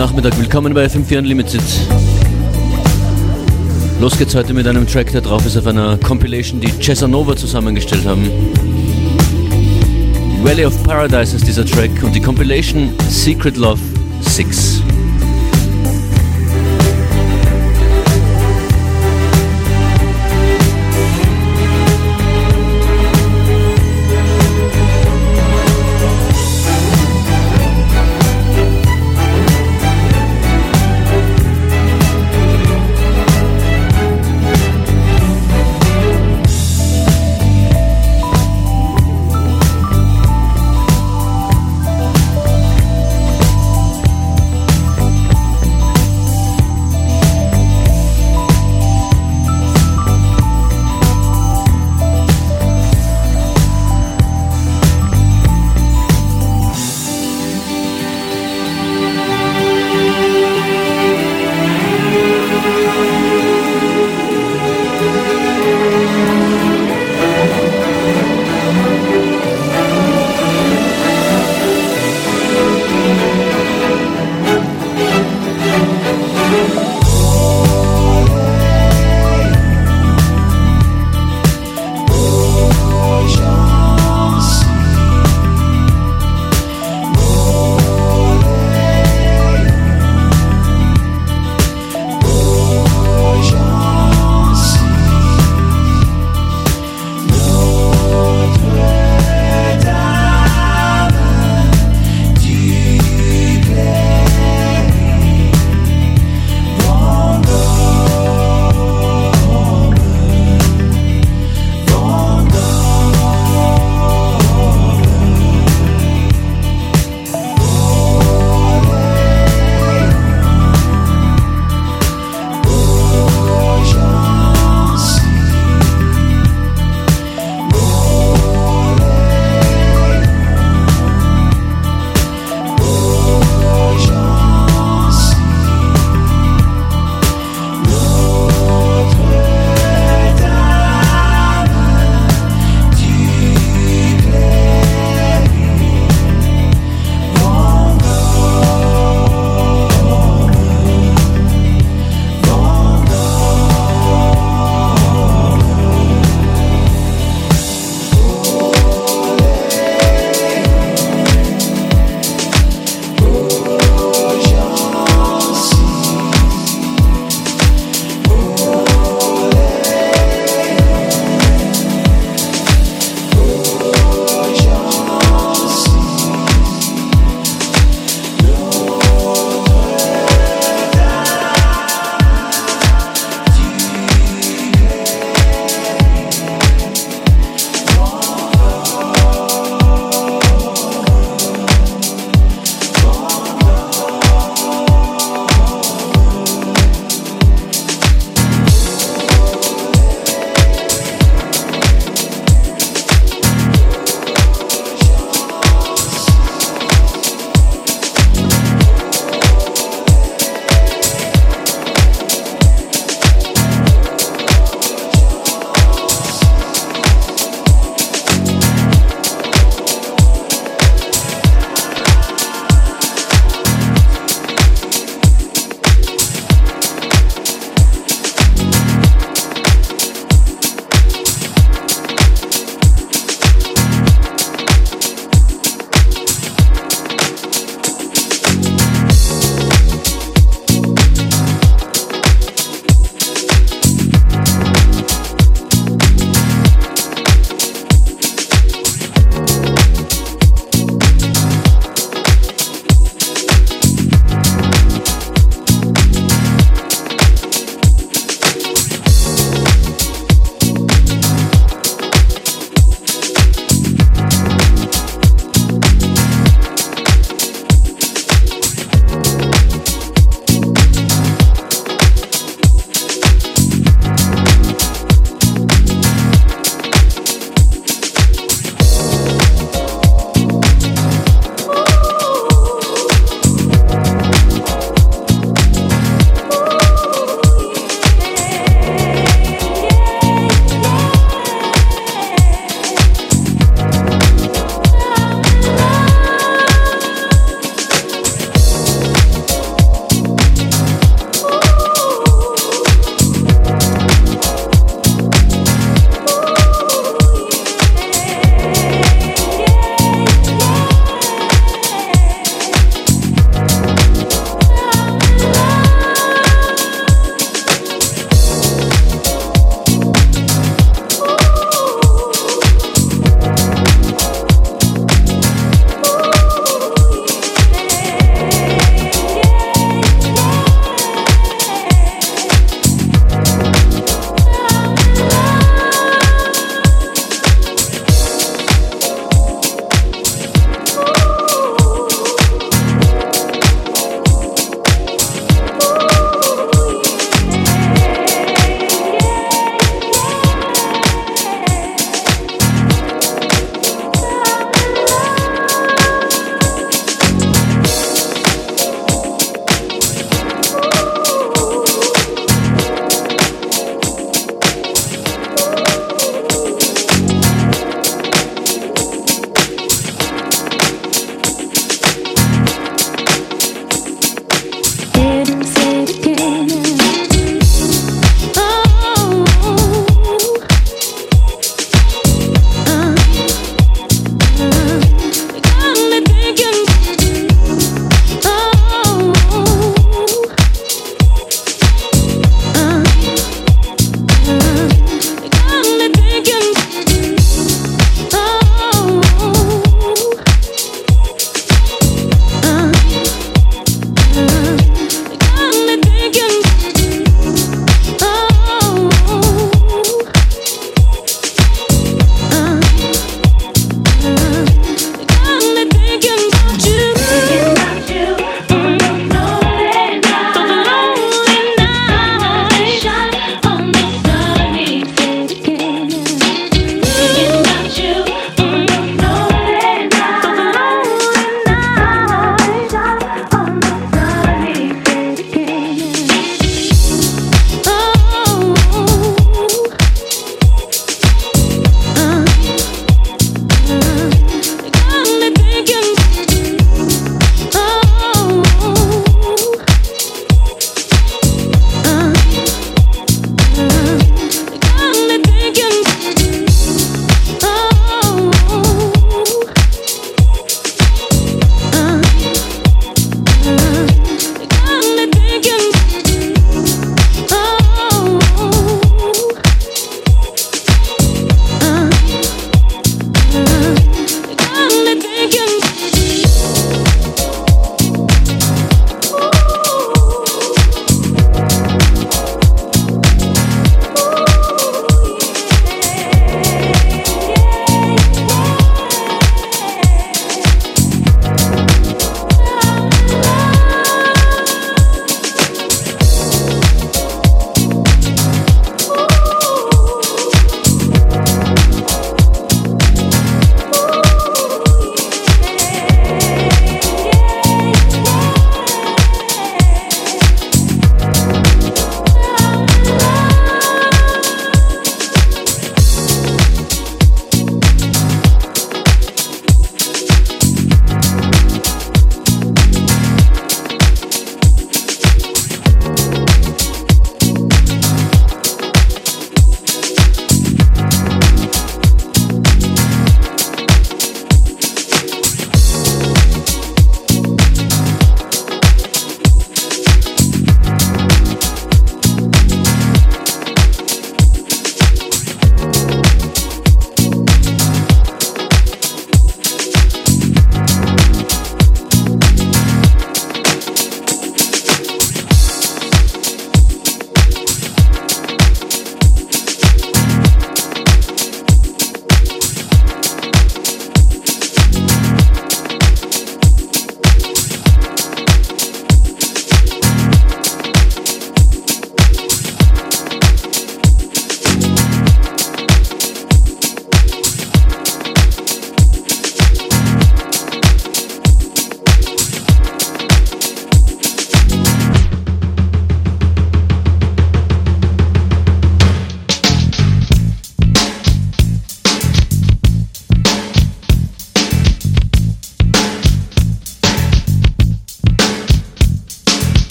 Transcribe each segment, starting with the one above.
Nachmittag, willkommen bei FM4 Unlimited. Los geht's heute mit einem Track, der drauf ist auf einer Compilation, die Casanova zusammengestellt haben. Valley of Paradise ist dieser Track und die Compilation Secret Love 6.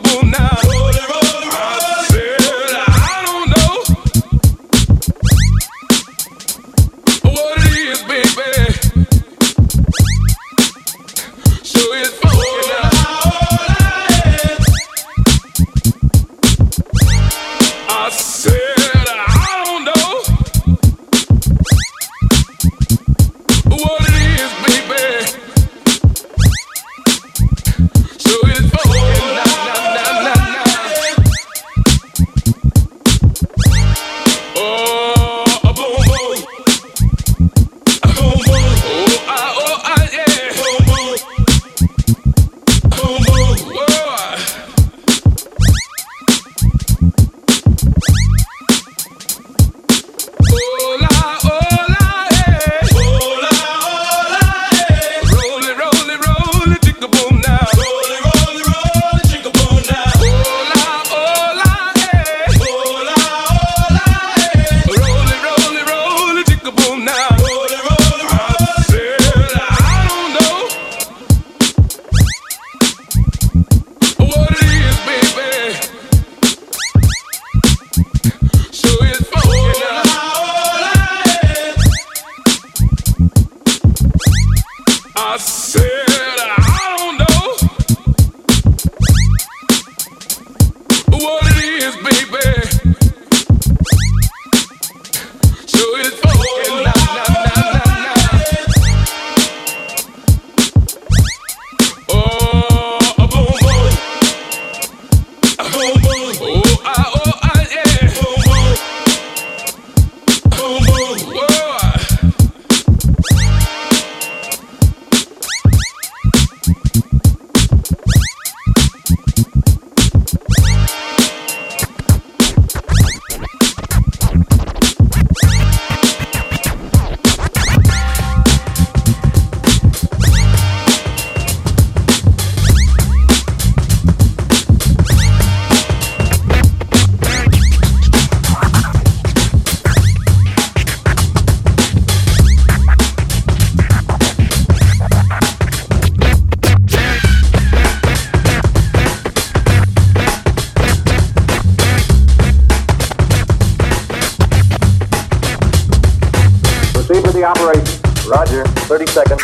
operation. Roger. 30 seconds.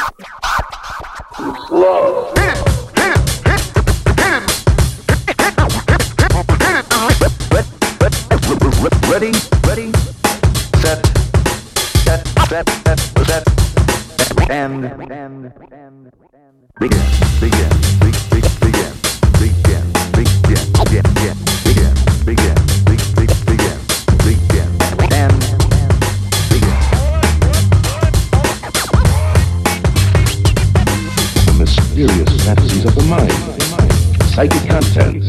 Slow. Ready, set, and begin. The mysterious fantasies of the mind, psychic content.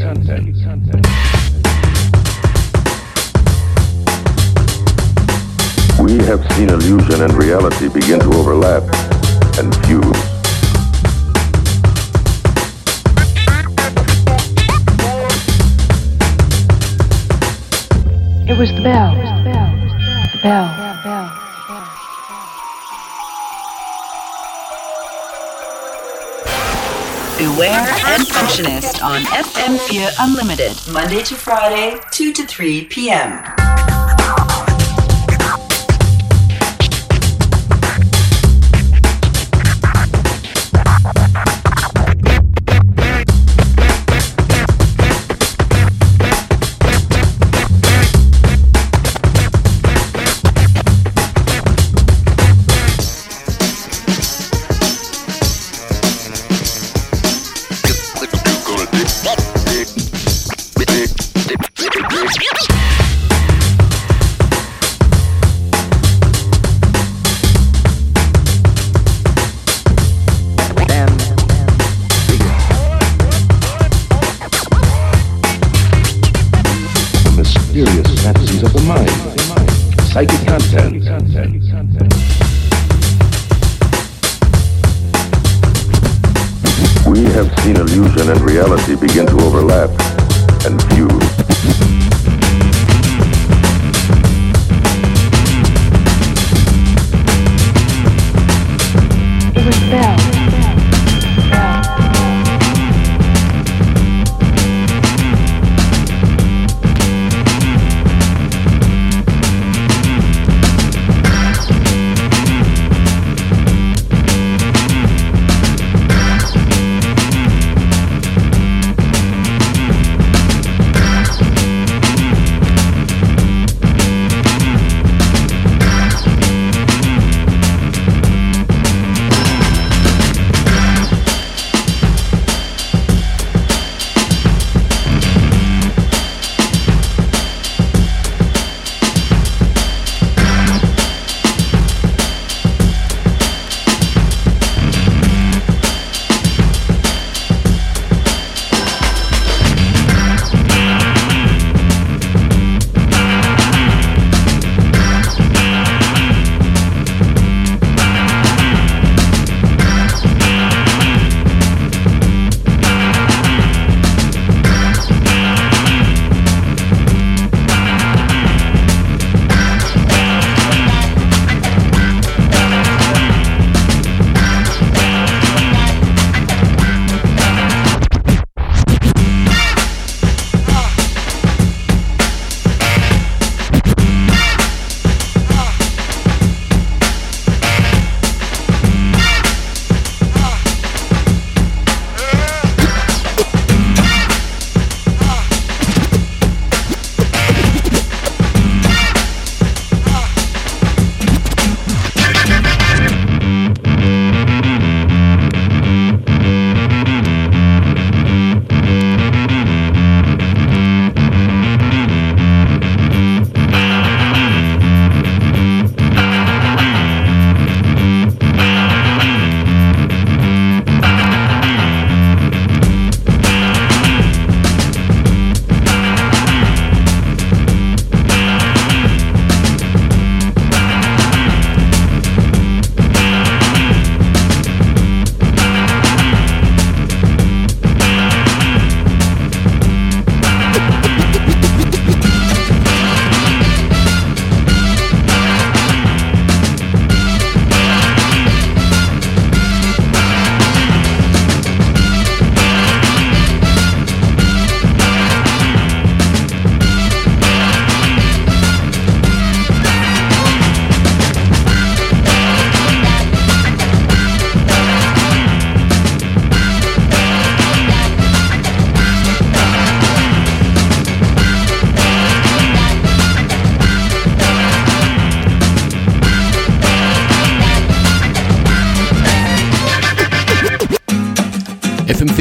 We have seen illusion and reality begin to overlap and fuse. It was the bell. The bell. Beware and Functionist on FM4 Unlimited, Monday to Friday, 2 to 3 p.m. Psychic content. We have seen illusion and reality begin to overlap and fuse. It was the bell.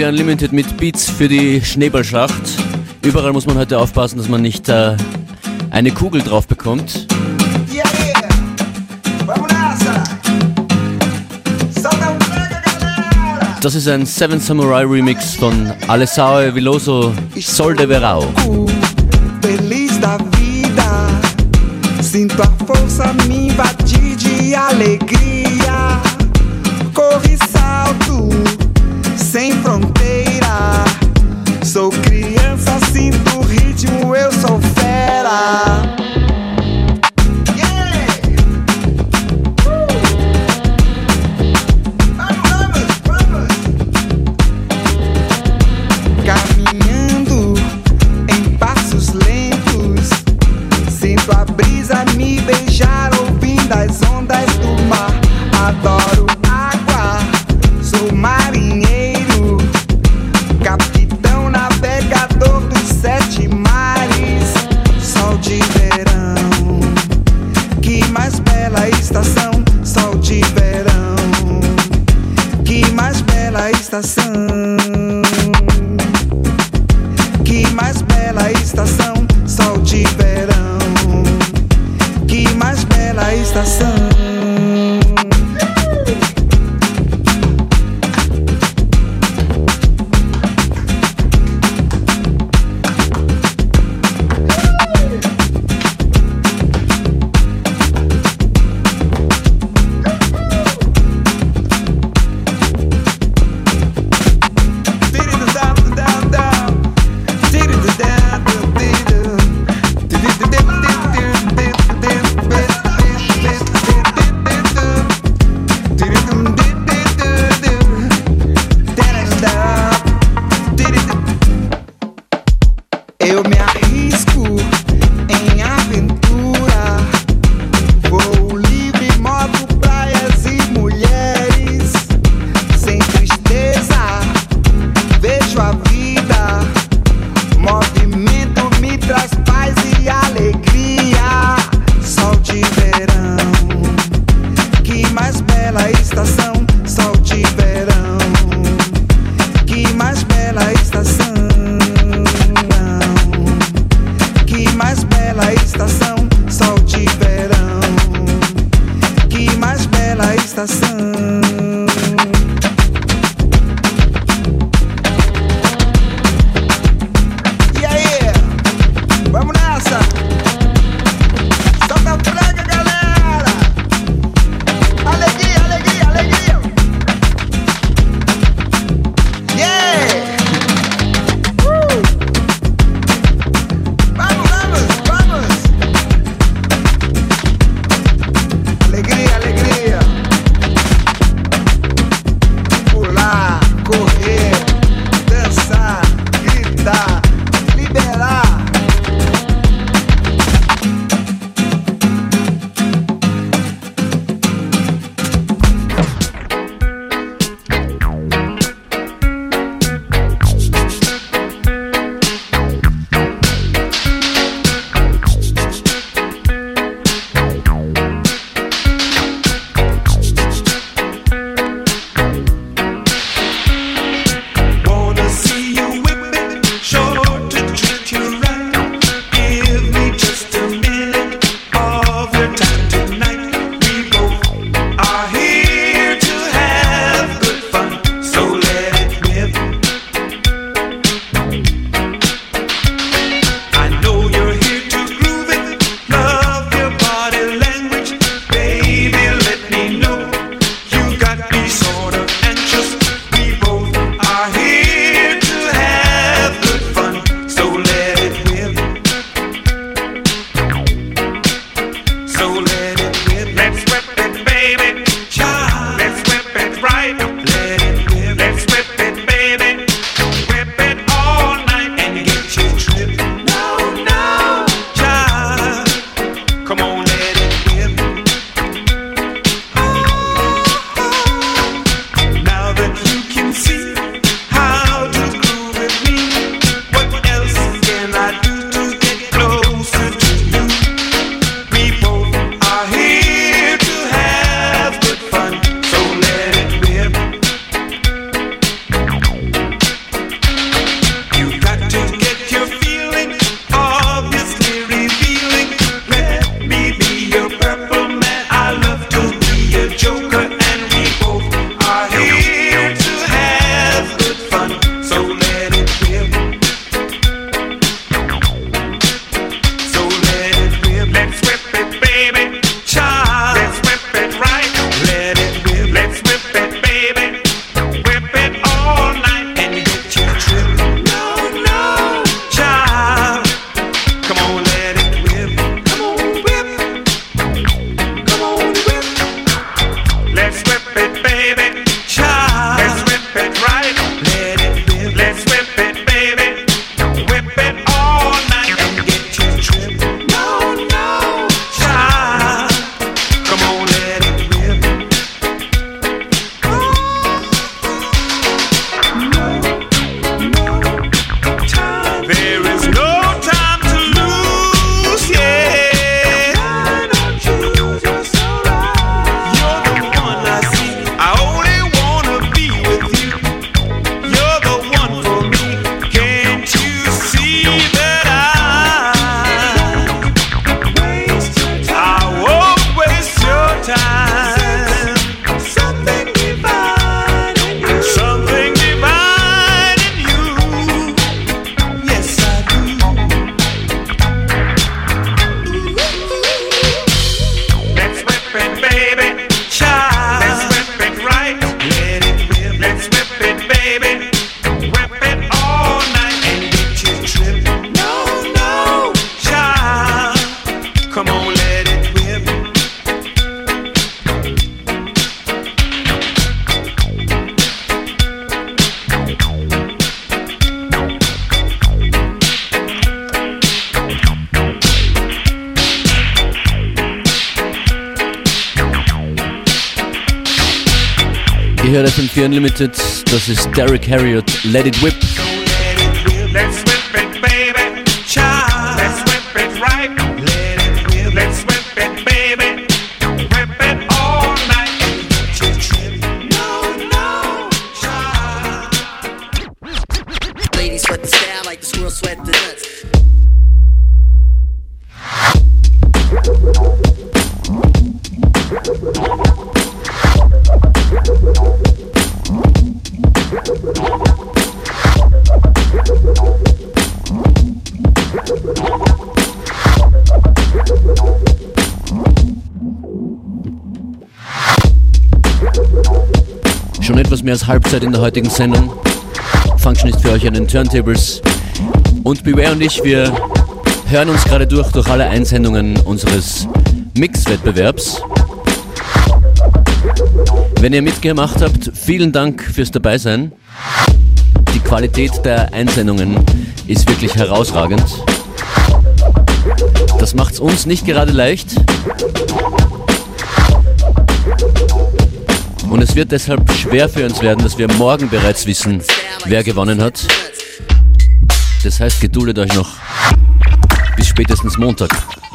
FM4 Unlimited mit Beats für die Schneeballschlacht. Überall muss man heute aufpassen, dass man nicht eine Kugel drauf bekommt. Das ist ein Seven Samurai Remix von Alessao Veloso, Sol de Verão. Feliz da vida, sinto a força me invadir de alegria. Corro e salto, sem fronteira. Sou criança, sinto o ritmo, eu sou fera. Caminhando em passos lentos, sinto a brisa me beijar, ouvindo as ondas do mar. Adoro água, sou marinheiro, capitão navegador dos 7 mares. Sol de verão, que mais bela estação. Sol de verão, que mais bela estação. Que mais bela estação, sol de verão. Que mais bela estação. Eu me arrisco em aventura, vou livre, moto, praias e mulheres. Sem tristeza, vejo a vida, movimento me traz paz e alegria. Sol de verão, que mais bela estação. Sol de verão, que mais bela estação. There is no time to lose, yeah. You're the one I see. I only wanna be with you. You're the one for me. Can't you see that I won't waste your time? Something divine in you. Something divine in you. Yes, I do. Let's whip it, baby. Child. Let's whip it right. Let it whip. Let's whip it, baby. Whip it all night and get you tripped. No, no, child. Come on, let it whip. Ihr hört FM4 Unlimited, das ist Derek Harriott, Let It Whip. Let's whip it, baby. Child. Let's whip it right. Let it whip. Let's whip it, baby. Whip it all night and get you tripped. No, no, child. Ladies sweat the style like the squirrel sweat the nuts. Schon etwas mehr als Halbzeit in der heutigen Sendung. Functionist für euch an den Turntables. Und Beware und ich, wir hören uns gerade durch alle Einsendungen unseres Mix-Wettbewerbs. Wenn ihr mitgemacht habt, vielen Dank fürs Dabeisein. Die Qualität der Einsendungen ist wirklich herausragend. Das macht's uns nicht gerade leicht. Und es wird deshalb schwer für uns werden, dass wir morgen bereits wissen, wer gewonnen hat. Das heißt, geduldet euch noch bis spätestens Montag.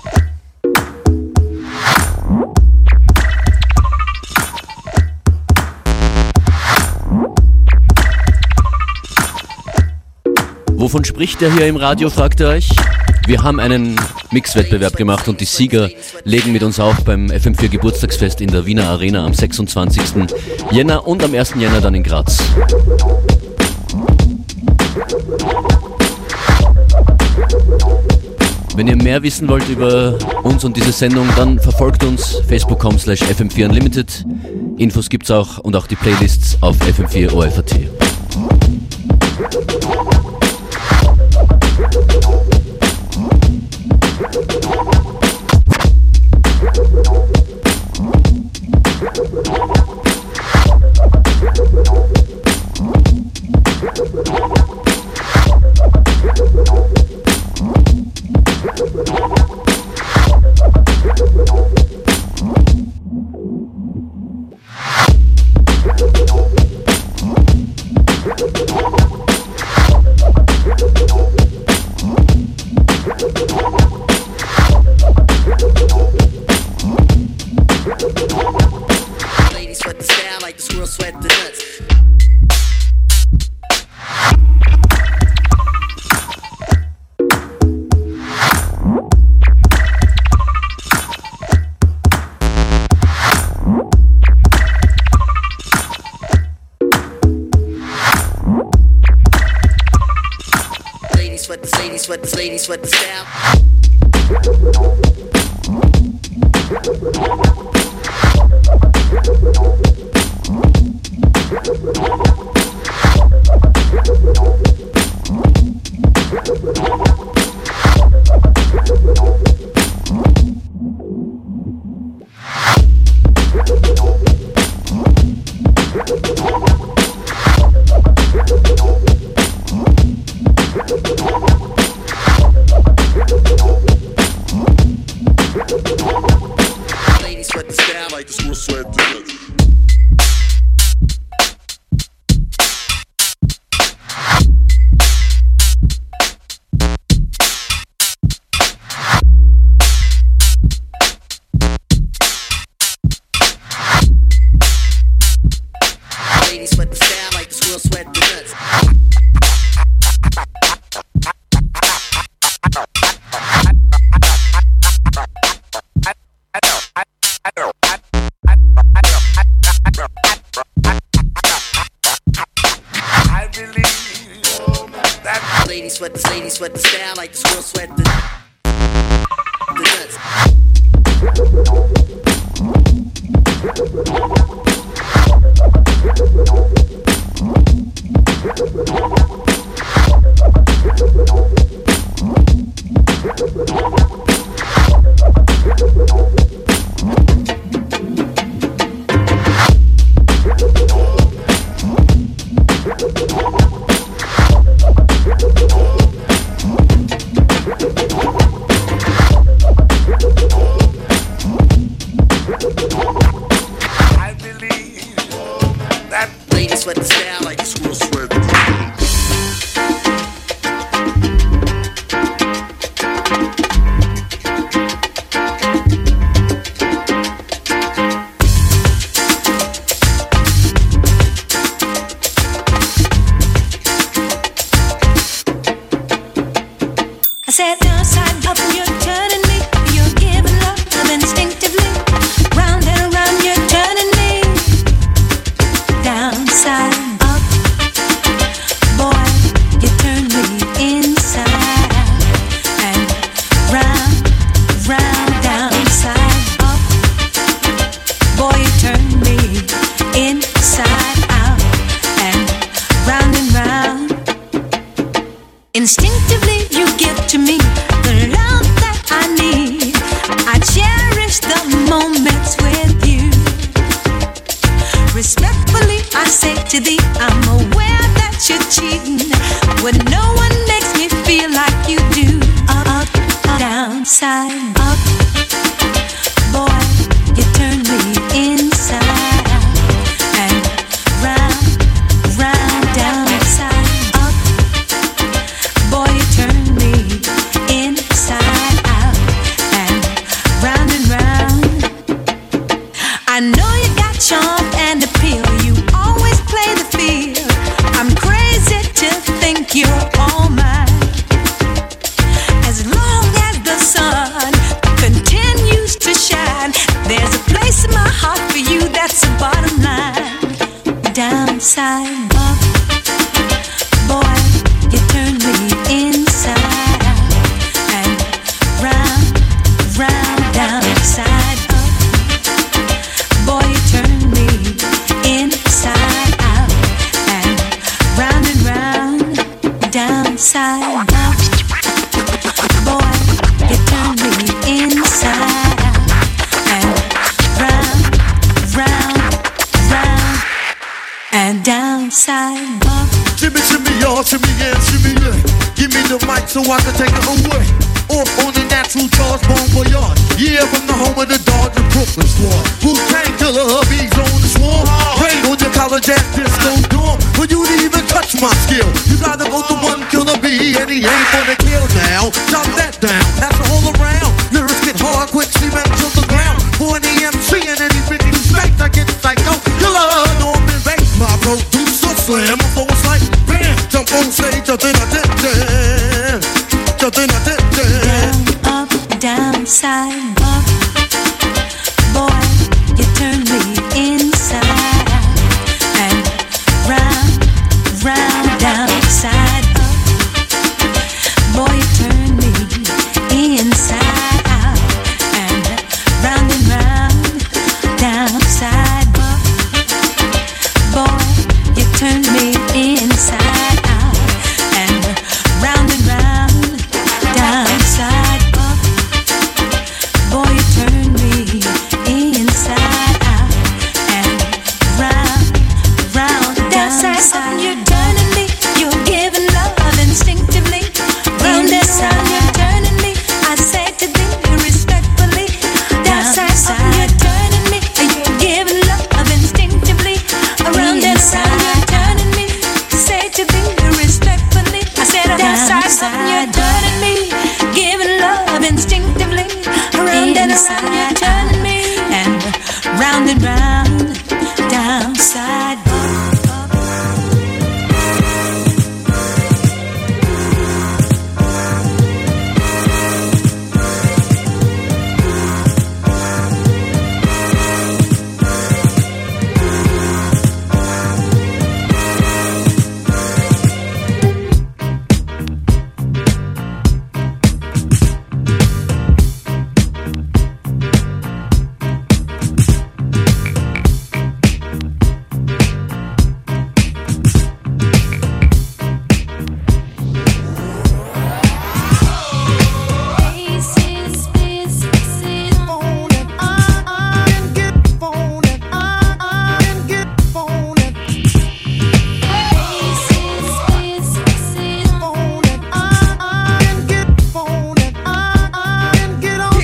Wovon spricht der hier im Radio, fragt ihr euch? Wir haben einen Mixwettbewerb gemacht und die Sieger legen mit uns auf beim FM4 Geburtstagsfest in der Wiener Arena am 26. Jänner und am 1. Jänner dann in Graz. Wenn ihr mehr wissen wollt über uns und diese Sendung, dann verfolgt uns facebook.com/FM4 Unlimited. Infos gibt's auch und auch die Playlists auf FM4 OFAT. Ladies sweat the style like the squirrel sweat the nuts. Ladies sweat the style. Ladies sweat the style like the squirrel sweat the nuts. sweat this, ladies sweat the style like the squirrel sweat the nuts. Sweat the style like the squirrel sweat. I said down side up, you're turning me. You're giving love instinctively. Round and around, you're turning me. Down side up, boy, you turn me inside out. And round, round, down side up, boy, you turn me inside out. And round, instinctively you give to me the love that I need. I cherish the moments with you. Respectfully I say to thee, I'm aware that you're cheating when no one makes me feel like you do. Up, down, side, up, boy, you turn me inside out. And round, round, down, side, up, boy, you turn me inside out. And round, I know you got charm and appeal. You always play the field. I'm crazy to think you're all mine. As long as the sun continues to shine, there's a place in my heart for you. That's the bottom line. Downside up, boy, you turn me inside out. And round, downside up, boy, you turn me inside out. And round, downside up, boy, you turn me inside out. And round, and downside up. Shimmy, shimmy, y'all, shimmy, yeah, shimmy, yeah. Give me the mic so I can take it away. Off on the natural charge, Bon Voyage. Yeah, from the home of the Dodger Brooklyn squad. Wu-Tang Killer, hubby's on the swarm. Rain on your college ass disco dorm. For you to even touch my skill, you gotta go to one killer B, and he ain't for the kill now. Drop that down, that's all around. Lyrics get hard, quick, cement to the ground. For an MC and any 50 strikes, I get psycho. Killer, Norman Bates, my producer, slam. My flow is like, bam, jump on stage, something I did there. Something I did there. Down, up, downside up, boy, you turn me inside out. And round, downside up, boy, you turn me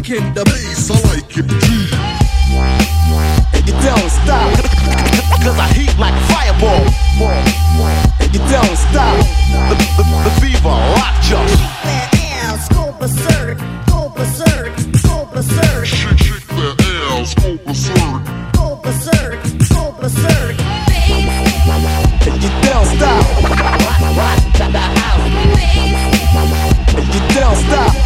kicking the bass, I like it. You don't stop, cause I heat like a fireball. You don't stop, the fever locked you. Go berserk, go berserk, go berserk. Shake that ass, go berserk. Go berserk, go berserk. You don't stop, you don't stop.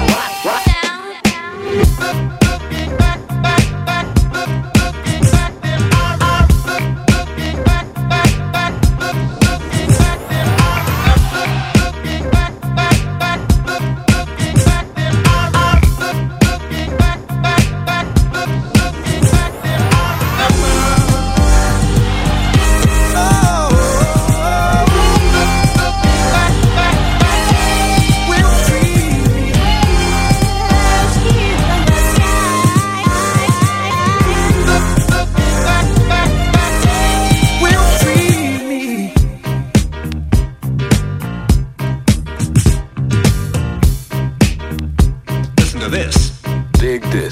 Dig this.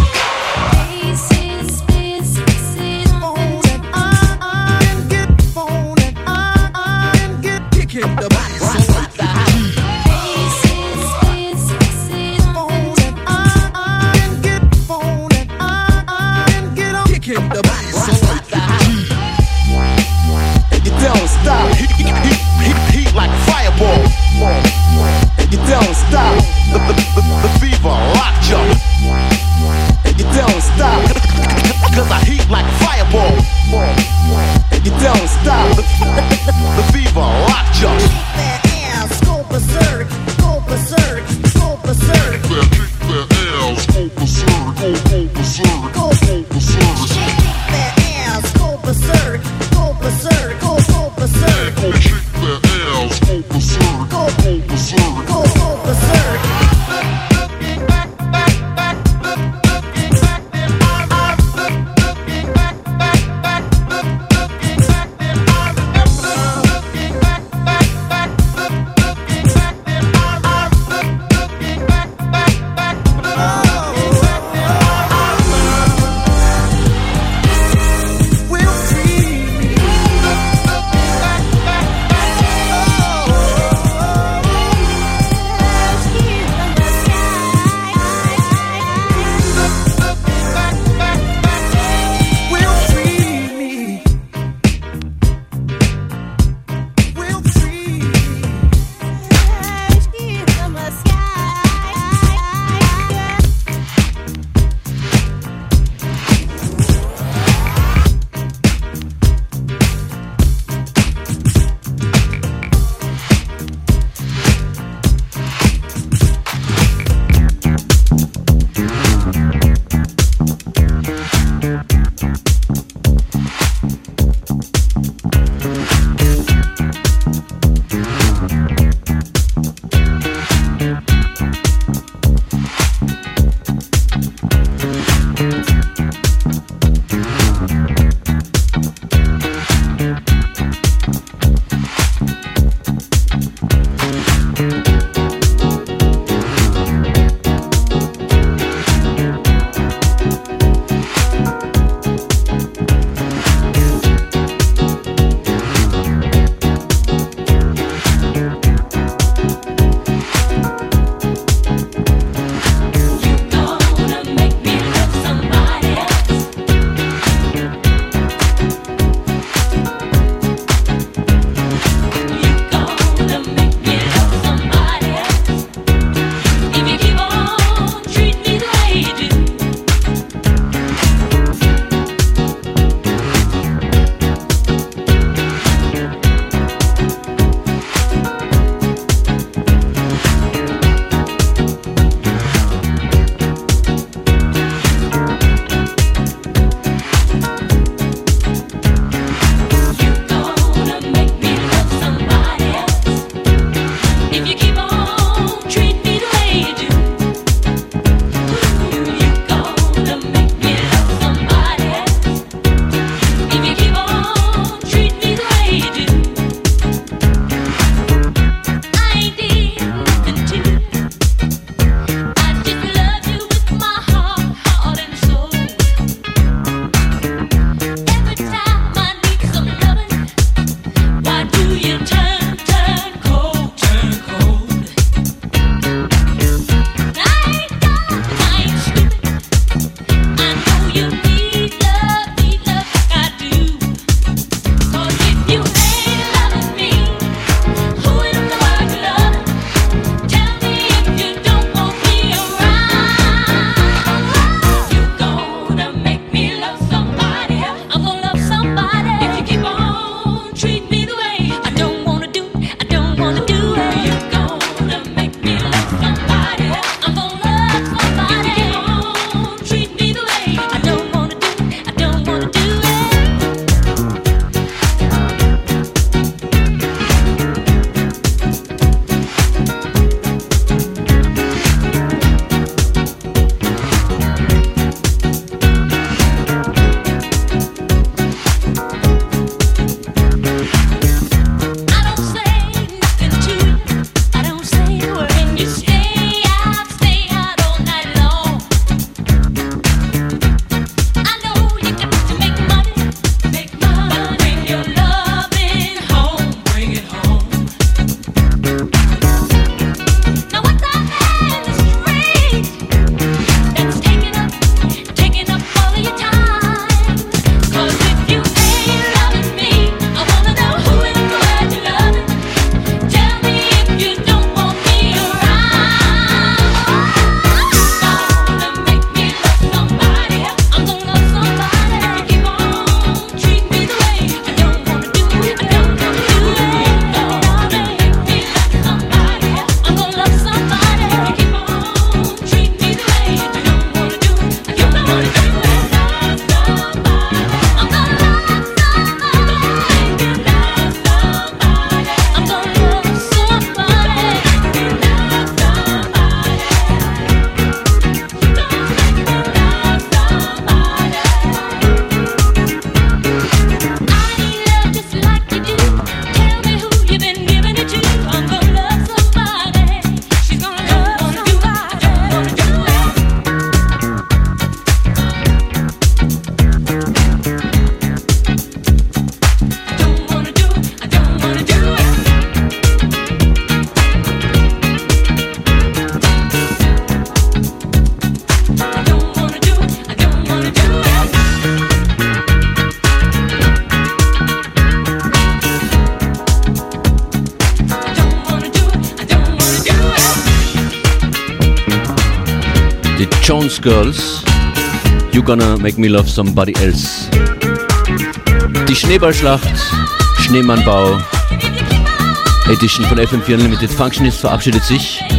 Kicking the bass, I like it. Kicking the bass, I like it. You don't stop, heat like a fireball. You don't stop, the fever locked you. You don't stop, cause I heat like a fireball. You don't stop, the fever locked you. Go berserk, go berserk, go berserk. Kick that ass, go berserk, go berserk, go berserk. That ass, go berserk, go berserk, go berserk. Kick that ass, go berserk, Go berserk. berserk. Die Jones Girls, You Gonna Make Me Love Somebody Else. Die Schneeballschlacht, Schneemannbau Edition von FM4 Unlimited Functionist verabschiedet sich.